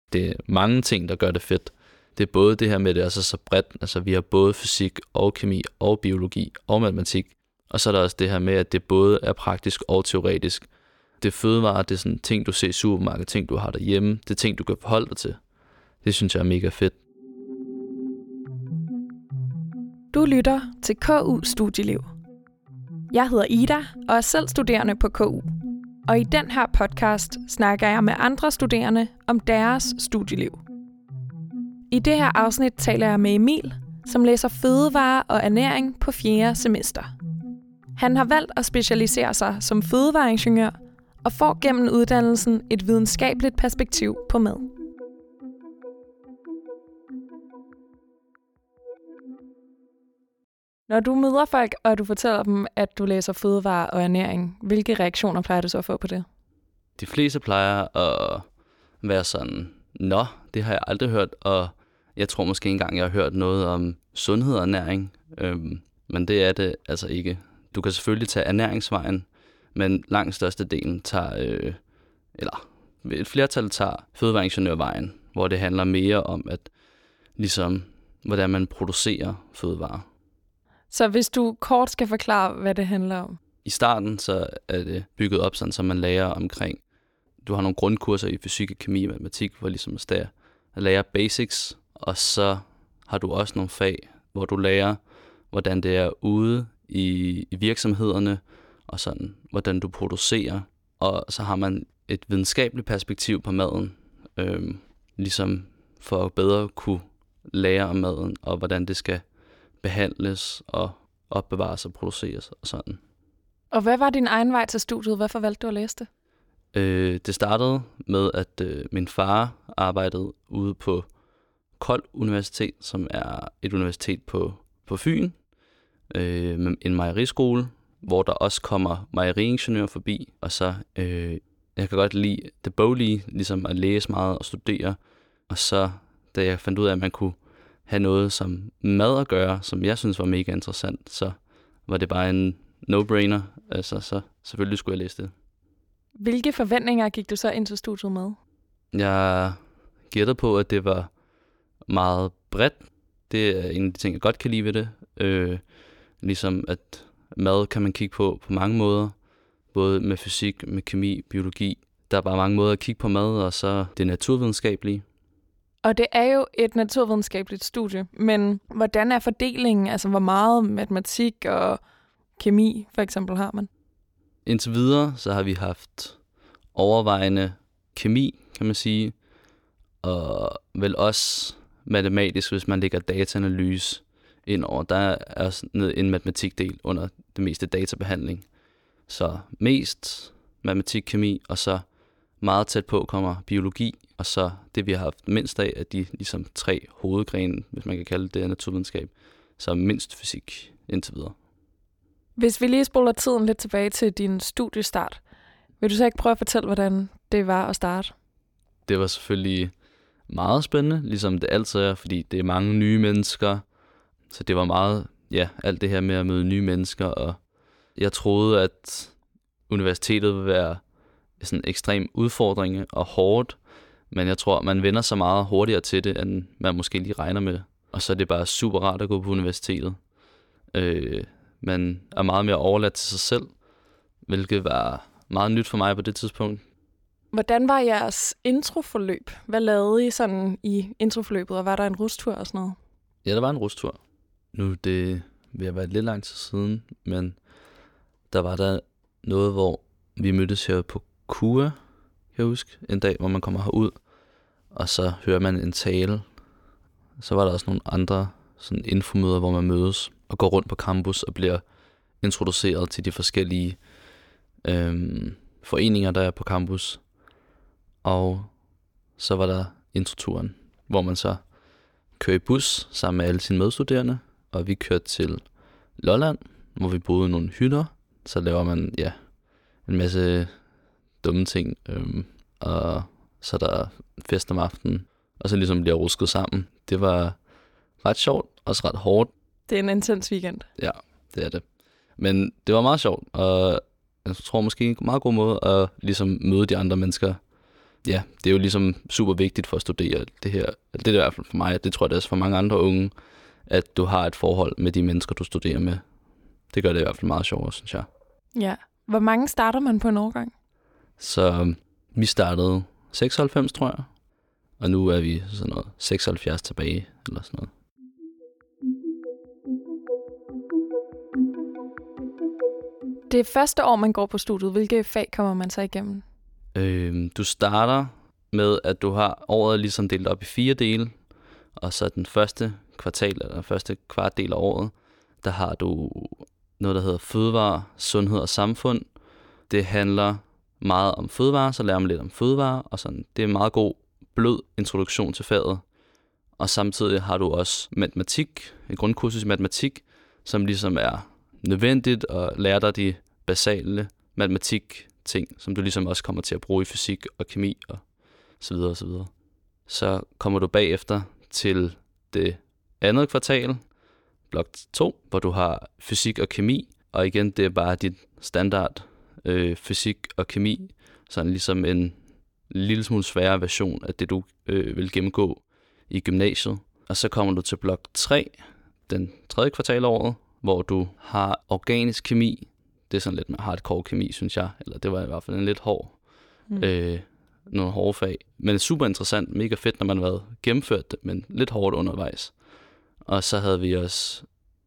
Det er mange ting, der gør det fedt. Det er både det her med, det er så bredt. Altså vi har både fysik og kemi og biologi og matematik. Og så er der også det her med, at det både er praktisk og teoretisk. Det er fødevarer, det er sådan ting, du ser i supermarkedet, ting, du har derhjemme. Det er ting, du kan forholde dig til. Det synes jeg er mega fedt. Du lytter til KU Studieliv. Jeg hedder Ida og er selv studerende på KU. Og i den her podcast snakker jeg med andre studerende om deres studieliv. I det her afsnit taler jeg med Emil, som læser fødevare og ernæring på 4. semester. Han har valgt at specialisere sig som fødevareingeniør og får gennem uddannelsen et videnskabeligt perspektiv på mad. Når du møder folk, og du fortæller dem, at du læser fødevare og ernæring, hvilke reaktioner plejer du så at få på det? De fleste plejer at være sådan, nå, det har jeg aldrig hørt, og jeg tror måske engang, jeg har hørt noget om sundhed og ernæring, men det er det altså ikke. Du kan selvfølgelig tage ernæringsvejen, men langt størstedelen tager, et flertal tager fødevareingeniørvejen, hvor det handler mere om, at ligesom, hvordan man producerer fødevarer. Så hvis du kort skal forklare, hvad det handler om? I starten så er det bygget op sådan, så man lærer omkring, du har nogle grundkurser i fysik, kemi og matematik, hvor ligesom at lære basics, og så har du også nogle fag, hvor du lærer, hvordan det er ude i virksomhederne, og sådan, hvordan du producerer. Og så har man et videnskabeligt perspektiv på maden, ligesom for at bedre kunne lære om maden, og hvordan det skal behandles og opbevares og produceres og sådan. Og hvad var din egen vej til studiet? Hvorfor valgte du at læse det? Det startede med, at min far arbejdede ude på Kold Universitet, som er et universitet på Fyn, med en mejeriskole, hvor der også kommer mejeriingeniører forbi. Og så, jeg kan godt lide det boglige, ligesom at læse meget og studere. Og så, da jeg fandt ud af, at man kunne have noget som mad at gøre, som jeg synes var mega interessant, så var det bare en no-brainer. Altså, så selvfølgelig skulle jeg læse det. Hvilke forventninger gik du så ind til studiet med? Jeg gætter på, at det var meget bredt. Det er en af de ting, jeg godt kan lide ved det. Ligesom at mad kan man kigge på mange måder. Både med fysik, med kemi, biologi. Der er bare mange måder at kigge på mad, og så det naturvidenskabelige. Og det er jo et naturvidenskabeligt studie, men hvordan er fordelingen? Altså, hvor meget matematik og kemi for eksempel har man? Indtil videre, så har vi haft overvejende kemi, kan man sige, og vel også matematisk, hvis man lægger dataanalyse ind over. Der er også en matematikdel under det meste databehandling. Så mest matematik, kemi, og så meget tæt på kommer biologi, og så det, vi har haft mindst af de ligesom 3 hovedgrene, hvis man kan kalde det naturvidenskab, så mindst fysik indtil videre. Hvis vi lige spoler tiden lidt tilbage til din studiestart, vil du så ikke prøve at fortælle, hvordan det var at starte? Det var selvfølgelig meget spændende, ligesom det altid er, fordi det er mange nye mennesker. Så det var meget, alt det her med at møde nye mennesker, og jeg troede, at universitetet ville være sådan en ekstrem udfordring og hårdt, men jeg tror, man vender så meget hurtigere til det, end man måske lige regner med. Og så er det bare super rart at gå på universitetet. Man er meget mere overladt til sig selv, hvilket var meget nyt for mig på det tidspunkt. Hvordan var jeres introforløb? Hvad lavede I sådan i introforløbet, og var der en rustur og sådan noget? Ja, der var en rustur. Nu det vil have været lidt lang tid siden, men der var der noget, hvor vi mødtes her på KUA, kan jeg huske, en dag, hvor man kommer herud, og så hører man en tale. Så var der også nogle andre sådan infomøder, hvor man mødes og går rundt på campus og bliver introduceret til de forskellige foreninger, der er på campus. Og så var der introturen, hvor man så kører i bus sammen med alle sine medstuderende, og vi kørte til Lolland, hvor vi boede i nogle hytter. Så laver man en masse dumme ting, og så er der fest om aftenen, og så ligesom bliver rusket sammen. Det var ret sjovt, også ret hårdt. Det er en intens weekend. Ja, det er det. Men det var meget sjovt, og jeg tror måske en meget god måde at ligesom møde de andre mennesker Ja, det er jo ligesom super vigtigt for at studere det her. Det er i hvert fald for mig, det tror jeg det er også for mange andre unge, at du har et forhold med de mennesker, du studerer med. Det gør det i hvert fald meget sjovere, synes jeg. Ja. Hvor mange starter man på en årgang? Så vi startede 96, tror jeg. Og nu er vi sådan noget 76 tilbage, eller sådan noget. Det første år, man går på studiet, hvilke fag kommer man så igennem? Du starter med, at du har året ligesom delt op i 4 dele. Og så den første kvartal, eller første kvartdel af året, der har du noget, der hedder fødevare, sundhed og samfund. Det handler meget om fødevare, så lærer man lidt om fødevare, og sådan. Det er en meget god, blød introduktion til faget. Og samtidig har du også matematik, et grundkursus i matematik, som ligesom er nødvendigt at lære dig de basale matematik-ting, som du ligesom også kommer til at bruge i fysik og kemi og så videre og så videre. Så kommer du bagefter til det andet kvartal, blok 2, hvor du har fysik og kemi, og igen, det er bare dit standard fysik og kemi, sådan ligesom en lille smule sværere version af det, du vil gennemgå i gymnasiet. Og så kommer du til blok 3, den tredje kvartal af året, hvor du har organisk kemi. Det er sådan lidt mere hardcore kemi, synes jeg. Eller det var i hvert fald en lidt hård, nogle hårde fag. Men super interessant, mega fedt, når man har været gennemført det, men lidt hårdt undervejs. Og så havde vi også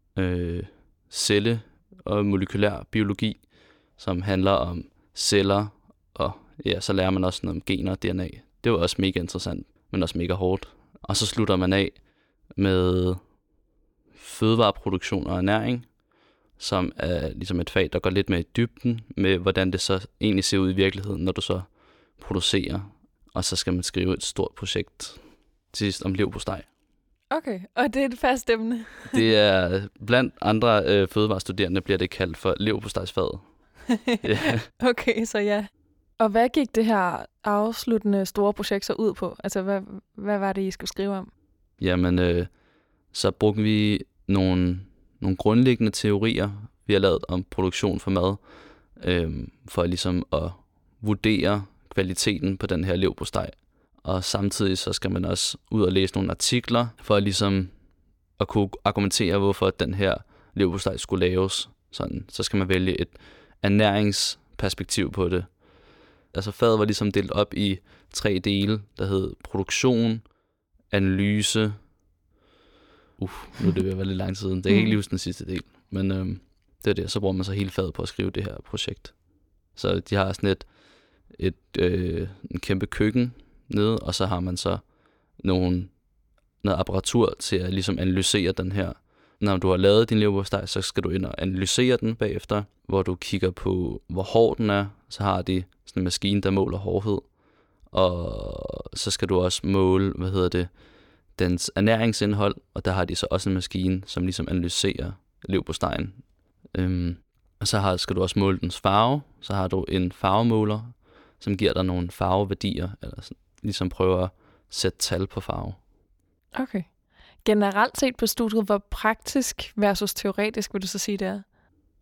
celle- og molekylær biologi, som handler om celler, og ja, så lærer man også noget om gener og DNA. Det var også mega interessant, men også mega hårdt. Og så slutter man af med fødevareproduktion og ernæring, som er ligesom et fag, der går lidt mere i dybden med, hvordan det så egentlig ser ud i virkeligheden, når du så producerer. Og så skal man skrive et stort projekt til sidst om leverpostej. Okay, og det er et fast emne. Det er blandt andre fødevarestuderende bliver det kaldt for leverpostejsfaget. Yeah. Okay, så ja. Og hvad gik det her afsluttende store projekt så ud på? Altså, hvad var det, I skulle skrive om? Jamen, så brugte vi nogle grundlæggende teorier, vi har lavet om produktion for mad, for ligesom at vurdere kvaliteten på den her leverpostej. Og samtidig så skal man også ud og læse nogle artikler, for ligesom at kunne argumentere, hvorfor den her leverpostej skulle laves. Sådan, så skal man vælge et ernæringsperspektiv på det. Altså faget var ligesom delt op i 3 dele, der hed produktion, analyse. Nu er det ved at være lidt lang tid siden. Det kan ikke lige huske den sidste del. Men det er det. Så bruger man så hele faget på at skrive det her projekt. Så de har sådan en kæmpe køkken nede, og så har man så noget apparatur til at ligesom analysere den her. Når du har lavet din leverpostej, så skal du ind og analysere den bagefter, hvor du kigger på, hvor hård den er. Så har de sådan en maskine, der måler hårdhed. Og så skal du også måle, dens ernæringsindhold, og der har de så også en maskine, som ligesom analyserer leverpostejen. Og så skal du også måle dens farve. Så har du en farvemåler, som giver dig nogle farveværdier, eller sådan, ligesom prøver at sætte tal på farve. Okay. Generelt set på studiet, hvor praktisk versus teoretisk vil du så sige, det er?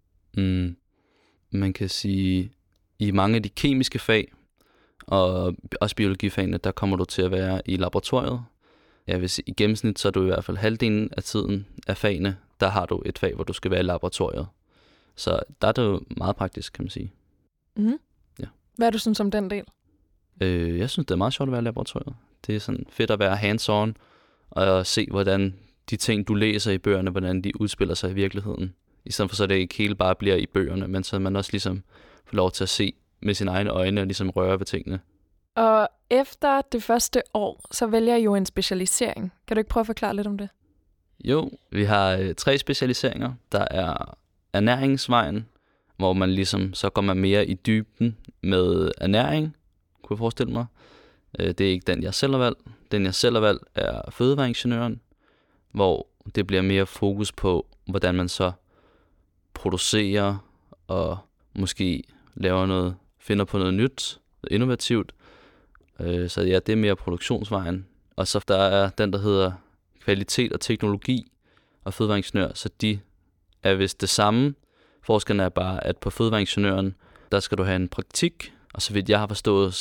Man kan sige, i mange af de kemiske fag, og også biologifagene, der kommer du til at være i laboratoriet. Ja, hvis i gennemsnit, så er du i hvert fald halvdelen af tiden af fagene, der har du et fag, hvor du skal være i laboratoriet. Så der er det jo meget praktisk, kan man sige. Mm-hmm. Ja. Hvad er du synes om den del? Jeg synes, det er meget sjovt at være i laboratoriet. Det er sådan fedt at være hands-on, og se, hvordan de ting, du læser i bøgerne, hvordan de udspiller sig i virkeligheden. I stedet for så det ikke hele bare bliver i bøgerne, men så man også ligesom får lov til at se med sine egne øjne og ligesom røre ved tingene. Og efter det første år, så vælger I jo en specialisering. Kan du ikke prøve at forklare lidt om det? Jo, vi har 3 specialiseringer. Der er ernæringsvejen, hvor man ligesom, så går man mere i dybden med ernæring, kunne jeg forestille mig. Det er ikke den, jeg selv har valgt. Den, jeg selv har valgt, er fødevareingeniøren, hvor det bliver mere fokus på, hvordan man så producerer og måske finder på noget nyt, innovativt. Så ja, det er mere produktionsvejen. Og så der er den, der hedder kvalitet og teknologi og fødevareingeniør, så de er vist det samme. Forskellen er bare, at på fødevareingeniøren, der skal du have en praktik, og så vidt jeg har forstået, så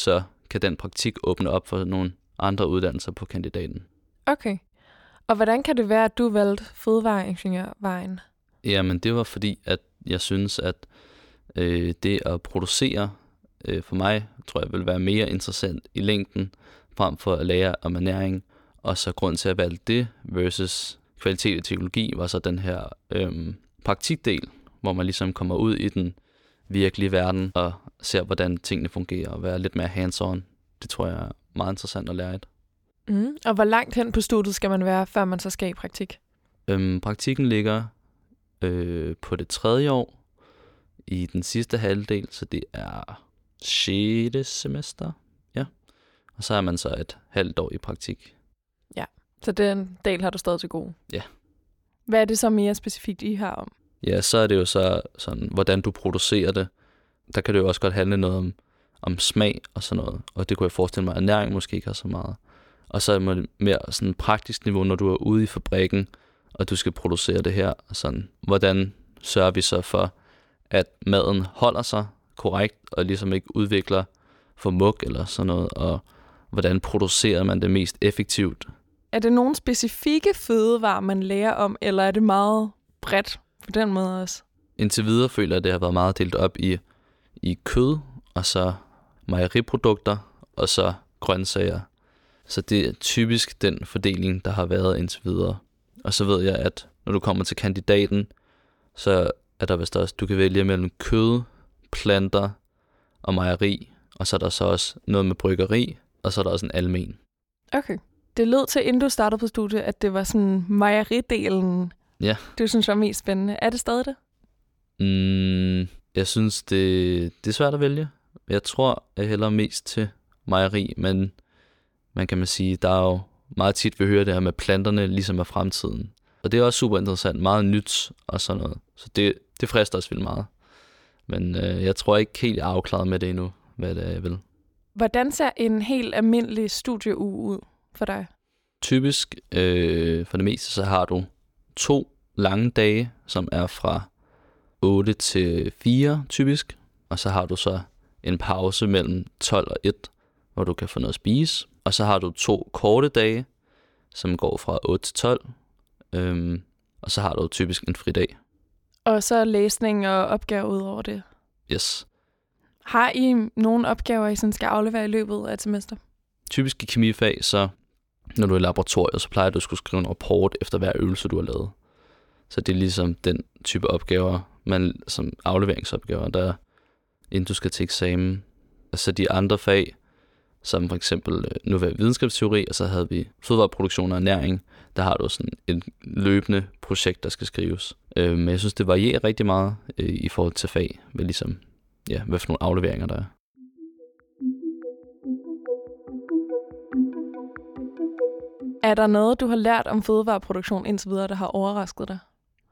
kan den praktik åbne op for nogle andre uddannelser på kandidaten. Okay. Og hvordan kan det være, at du valgte fødevareingeniørvejen? Jamen, det var fordi, at jeg synes, at det at producere for mig, tror jeg, vil være mere interessant i længden, frem for at lære om ernæring. Og så grund til at valge det versus kvalitet i teknologi, var så den her praktikdel, hvor man ligesom kommer ud i den virkelige verden og ser, hvordan tingene fungerer, og være lidt mere hands-on. Det tror jeg er meget interessant at lære et. Og hvor langt hen på studiet skal man være, før man så skal i praktik? Praktikken ligger på det 3. år i den sidste halvdel, så det er 6. semester. Ja. Og så er man så et halvt år i praktik. Ja, så den del har du stadig til gode. Ja. Hvad er det så mere specifikt, I har om? Ja, så er det jo så sådan, hvordan du producerer det. Der kan det jo også godt handle noget om smag og sådan noget. Og det kunne jeg forestille mig, at ernæring måske ikke har så meget. Og så er det mere sådan praktisk niveau, når du er ude i fabrikken, og du skal producere det her. Sådan, hvordan sørger vi så for, at maden holder sig korrekt, og ligesom ikke udvikler for mug eller sådan noget, og hvordan producerer man det mest effektivt. Er det nogle specifikke fødevarer, man lærer om, eller er det meget bredt på den måde også? Indtil videre føler jeg, at det har været meget delt op i kød, og så mejeriprodukter, og så grøntsager. Så det er typisk den fordeling, der har været indtil videre. Og så ved jeg, at når du kommer til kandidaten, så er der vist også, du kan vælge mellem kød, planter og mejeri. Og så er der så også noget med bryggeri, og så er der også en almen. Okay. Det lød til, inden du startede på studiet, at det var sådan mejeridelen, ja, du synes var mest spændende. Er det stadig det? Jeg synes, det er svært at vælge. Jeg tror, jeg hælder mest til mejeri, men man kan sige, der er jo meget tit, vi hører det her med planterne, ligesom af fremtiden. Og det er også super interessant, meget nyt og sådan noget. Så det frister også vildt meget. Men jeg tror ikke helt, jeg er afklaret med det endnu, hvad det er, jeg vil. Hvordan ser en helt almindelig studieuge ud for dig? Typisk, for det meste, så har du 2 lange dage, som er fra 8 til 4 typisk. Og så har du så en pause mellem 12 og 1, hvor du kan få noget at spise. Og så har du 2 korte dage, som går fra 8 til 12. Og så har du typisk en fridag. Og så læsning og opgaver ud over det? Yes. Har I nogle opgaver, I sådan skal aflevere i løbet af et semester? Typisk i kemifag, så når du er i laboratoriet, så plejer du at skulle skrive en rapport efter hver øvelse, du har lavet. Så det er ligesom den type opgaver, man som afleveringsopgaver, der inden du skal til eksamen. Og så de andre fag, som for eksempel nu var videnskabsteori, og så havde vi fødevareproduktion og ernæring. Der har du sådan et løbende projekt, der skal skrives. Men jeg synes, det varierer rigtig meget i forhold til fag, med ligesom, ja, hvad for nogle afleveringer der er. Er der noget, du har lært om fødevareproduktion indtil videre, der har overrasket dig?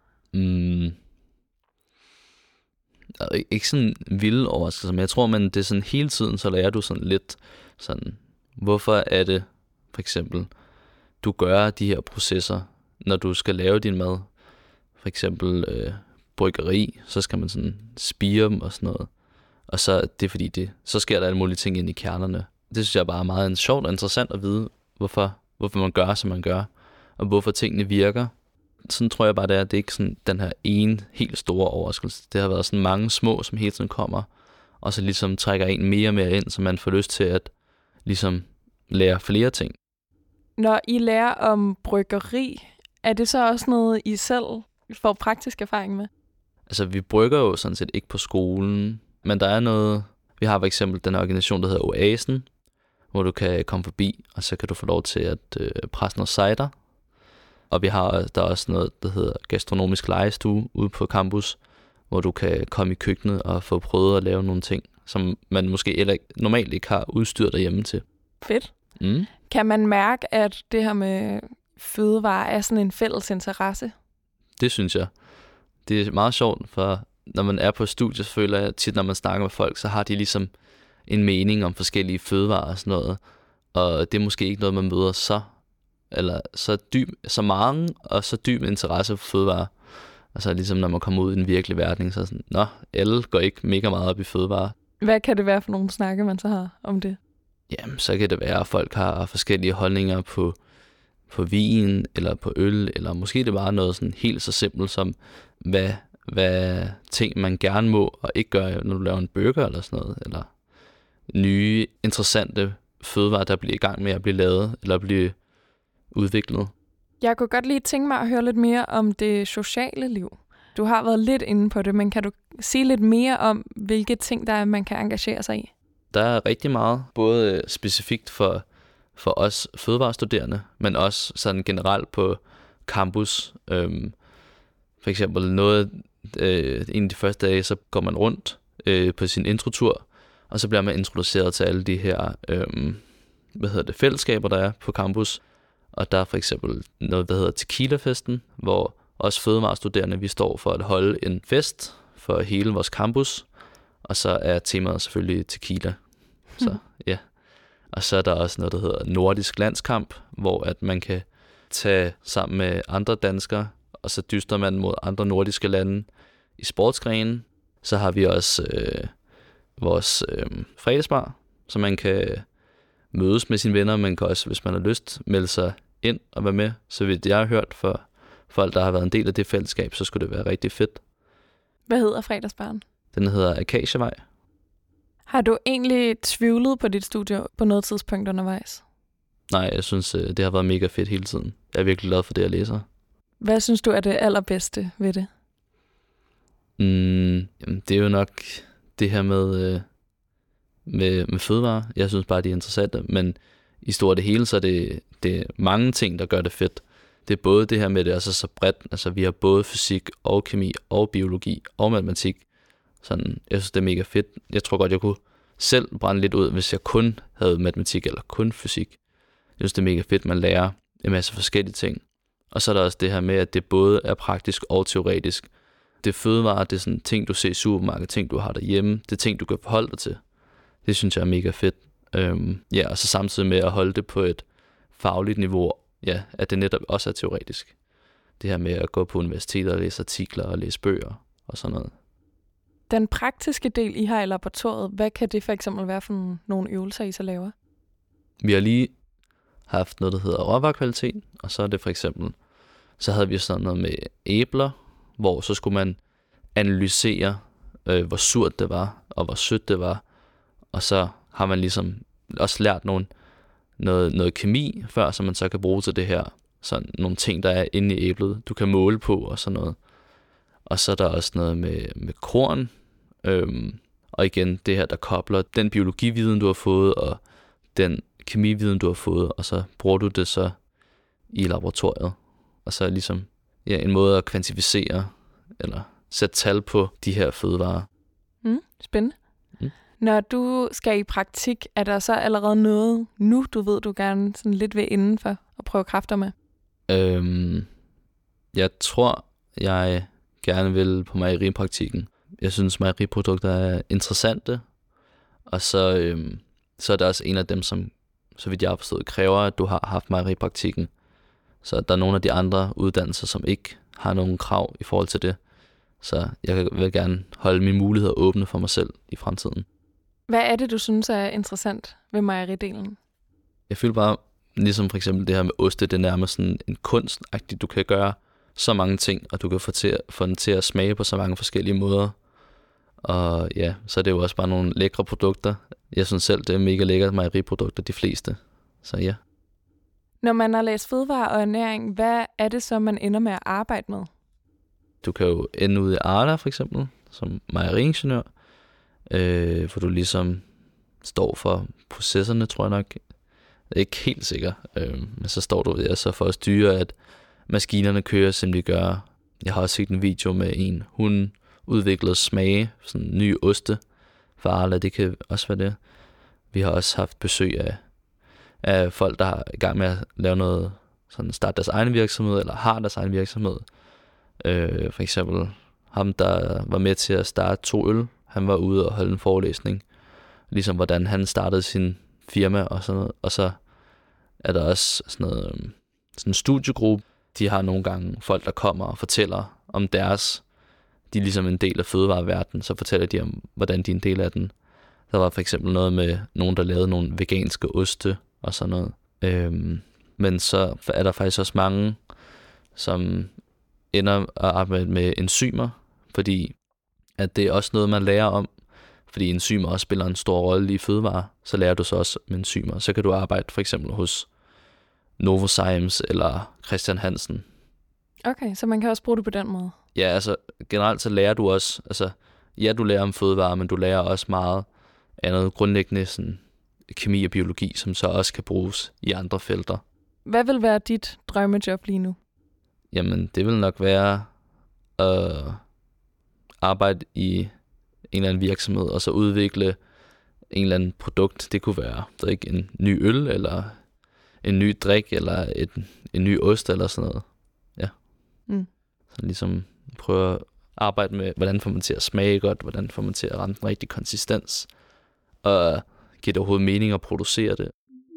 Ikke sådan vilde overraskelser, men jeg tror, men det er sådan hele tiden, så lærer du sådan lidt sådan, hvorfor er det for eksempel, du gør de her processer, når du skal lave din mad. For eksempel bryggeri, så skal man sådan spire dem og sådan noget. Og så det er fordi, så sker der alle mulige ting ind i kernerne. Det synes jeg bare er meget sjovt og interessant at vide, hvorfor man gør, som man gør, og hvorfor tingene virker. Sådan tror jeg bare, det er ikke sådan den her ene helt store overraskelse. Det har været sådan mange små, som hele tiden kommer, og så ligesom trækker en mere og mere ind, så man får lyst til at ligesom lære flere ting. Når I lærer om bryggeri, er det så også noget, I selv får praktisk erfaring med? Altså, vi brygger jo sådan set ikke på skolen, men der er noget. Vi har for eksempel den organisation, der hedder Oasen, hvor du kan komme forbi, og så kan du få lov til at presse noget cider. Og der er også noget, der hedder gastronomisk legestue ude på campus, hvor du kan komme i køkkenet og få prøvet at lave nogle ting, som man måske normalt ikke har udstyr derhjemme til. Fedt. Kan man mærke, at det her med fødevarer er sådan en fælles interesse? Det synes jeg. Det er meget sjovt, for når man er på studiet, så føler jeg tit, når man snakker med folk, så har de ligesom en mening om forskellige fødevarer og sådan noget. Og det er måske ikke noget, man møder så mange og så dyb interesse for fødevarer. Altså ligesom når man kommer ud i den virkelige verden, så er sådan, alle går ikke mega meget op i fødevarer. Hvad kan det være for nogle snakke, man så har om det? jamen, så kan det være, at folk har forskellige holdninger på vin, eller på øl, eller måske det bare noget sådan helt så simpelt som, hvad ting man gerne må og ikke gør, når du laver en burger eller sådan noget, eller nye, interessante fødevarer, der bliver i gang med at blive lavet, eller blive udviklet. Jeg kunne godt lige tænke mig at høre lidt mere om det sociale liv. Du har været lidt inde på det, men kan du sige lidt mere om, hvilke ting, der er, man kan engagere sig i? Der er rigtig meget, både specifikt for os fødevarestuderende, men også sådan generelt på campus. For eksempel en af de første dage, så går man rundt på sin introtur, og så bliver man introduceret til alle de her fællesskaber, der er på campus. Og der er for eksempel noget, der hedder Tequila-festen, hvor os fødevarestuderende, vi står for at holde en fest for hele vores campus, og så er temaet selvfølgelig tequila. Så ja. Og så er der også noget, der hedder Nordisk Landskamp, hvor at man kan tage sammen med andre danskere, og så dyster man mod andre nordiske lande i sportsgrenen. Så har vi også vores fredagsbar, så man kan mødes med sine venner. Man kan også, hvis man har lyst, melde sig ind og være med. Så vidt jeg har hørt for folk, der har været en del af det fællesskab, så skulle det være rigtig fedt. Hvad hedder fredagsbaren? Den hedder Akacievej. Har du egentlig tvivlet på dit studie på noget tidspunkt undervejs? Nej, jeg synes, det har været mega fedt hele tiden. Jeg er virkelig glad for det, jeg læser. Hvad synes du er det allerbedste ved det? Jamen, det er jo nok det her med fødevarer. Jeg synes bare, de er interessante, men i stort det hele, så er det mange ting, der gør det fedt. Det er både det her med, det er så bredt. Altså, vi har både fysik og kemi og biologi og matematik. Sådan, jeg synes, det er mega fedt. Jeg tror godt, jeg kunne selv brænde lidt ud, hvis jeg kun havde matematik eller kun fysik. Jeg synes, det er mega fedt, man lærer en masse forskellige ting. Og så er der også det her med, at det både er praktisk og teoretisk. Det er fødevarer, det er sådan ting, du ser i supermarkedet, ting, du har derhjemme. Det er ting, du kan forholde dig til. Det synes jeg er mega fedt. Ja, og så samtidig med at holde det på et fagligt niveau, ja, at det netop også er teoretisk. Det her med at gå på universitetet og læse artikler og læse bøger og sådan noget. Den praktiske del, I har i laboratoriet, hvad kan det for eksempel være for nogle øvelser, I så laver? Vi har lige haft noget, der hedder råvarekvalitet, og så er det for eksempel, så havde vi sådan noget med æbler, hvor så skulle man analysere, hvor surt det var, og hvor sødt det var, og så har man ligesom også lært noget kemi før, som man så kan bruge til det her, sådan nogle ting, der er inde i æblet, du kan måle på og sådan noget. Og så er der også noget med korn, og igen det her, der kobler den biologividen, du har fået, og den kemividen, du har fået, og så bruger du det så i laboratoriet. Og så er ligesom en måde at kvantificere, eller sætte tal på de her fødevarer. Spændende. Når du skal i praktik, er der så allerede noget nu, du ved, du gerne sådan lidt vil indenfor og prøve kræfter med? Jeg tror, jeg gerne vil på mejeripraktikken. Jeg synes, mejeriprodukter er interessante, og så er der også en af dem, som, så vidt jeg har forstået, kræver, at du har haft mejeripraktikken. Så der er nogle af de andre uddannelser, som ikke har nogen krav i forhold til det. Så jeg vil gerne holde mine muligheder åbne for mig selv i fremtiden. Hvad er det, du synes er interessant ved mejeridelen? Jeg føler bare, ligesom for eksempel det her med oste, det er nærmest sådan en kunstagtigt. Du kan gøre så mange ting, og du kan få den til at smage på så mange forskellige måder. Og ja, så er det jo også bare nogle lækre produkter. Jeg synes selv, det er mega lækkert mejeriprodukter, de fleste. Så ja. Når man har læst fødevare og ernæring, hvad er det så, man ender med at arbejde med? Du kan jo ende ud i Arla for eksempel, som mejeriingeniør, hvor du ligesom står for processerne, tror jeg nok. Jeg er ikke helt sikker, men så står du der så for at styre, at maskinerne kører, som de gør. Jeg har også set en video med en, hun udviklede smage, sådan nye oste for Arla, det kan også være det. Vi har også haft besøg af folk, der er i gang med at lave noget, sådan starte deres egen virksomhed, eller har deres egen virksomhed. For eksempel ham, der var med til at starte 2 øl, han var ude og holde en forelæsning, ligesom hvordan han startede sin firma og sådan noget. Og så er der også sådan en studiegruppe. De har nogle gange folk, der kommer og fortæller om de er ligesom en del af fødevareverdenen, så fortæller de om, hvordan de er en del af den. Der Der var for eksempel noget med nogen, der lavede nogle veganske oste og sådan noget. Men så er der faktisk også mange, som ender at arbejde med enzymer, fordi at det er også noget, man lærer om. Fordi enzymer også spiller en stor rolle i fødevarer, så lærer du så også med enzymer. Så kan du arbejde for eksempel hos Novozymes eller Christian Hansen. Okay, så man kan også bruge det på den måde? Ja, altså generelt så lærer du også, altså ja, du lærer om fødevarer, men du lærer også meget andet grundlæggende sådan, kemi og biologi, som så også kan bruges i andre felter. Hvad vil være dit drømmejob lige nu? Jamen, det vil nok være at arbejde i en eller anden virksomhed, og så udvikle en eller anden produkt. Det kunne være det er ikke en ny øl, eller en ny drik, eller en ny ost, eller sådan noget. Ja. Så ligesom prøve at arbejde med, hvordan får man til at smage godt, hvordan får man til at ramme den rigtige konsistens, og giver det overhovedet mening at producere det.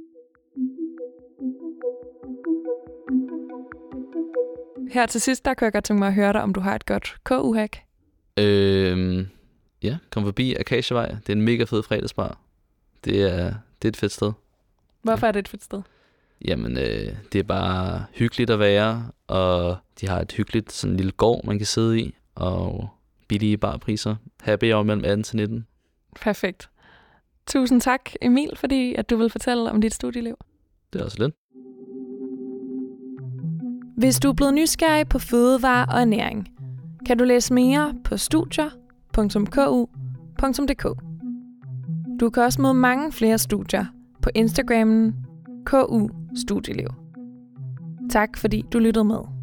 Her til sidst, der kan jeg godt tænke mig at høre dig, om du har et godt KU-hack. Ja, kom forbi Akacievej. Det er en mega fed fredagsbar. Det er et fedt sted. Hvorfor er det et fedt sted? Jamen, det er bare hyggeligt at være, og de har et hyggeligt sådan lille gård, man kan sidde i, og billige barpriser. Happy hour mellem 18 til 19. Perfekt. Tusind tak, Emil, fordi at du vil fortælle om dit studieliv. Det er også lidt. Hvis du er blevet nysgerrig på fødevare og ernæring, kan du læse mere på studier.ku.dk. Du kan også møde mange flere studier på Instagrammen KU Studieliv. Tak fordi du lyttede med.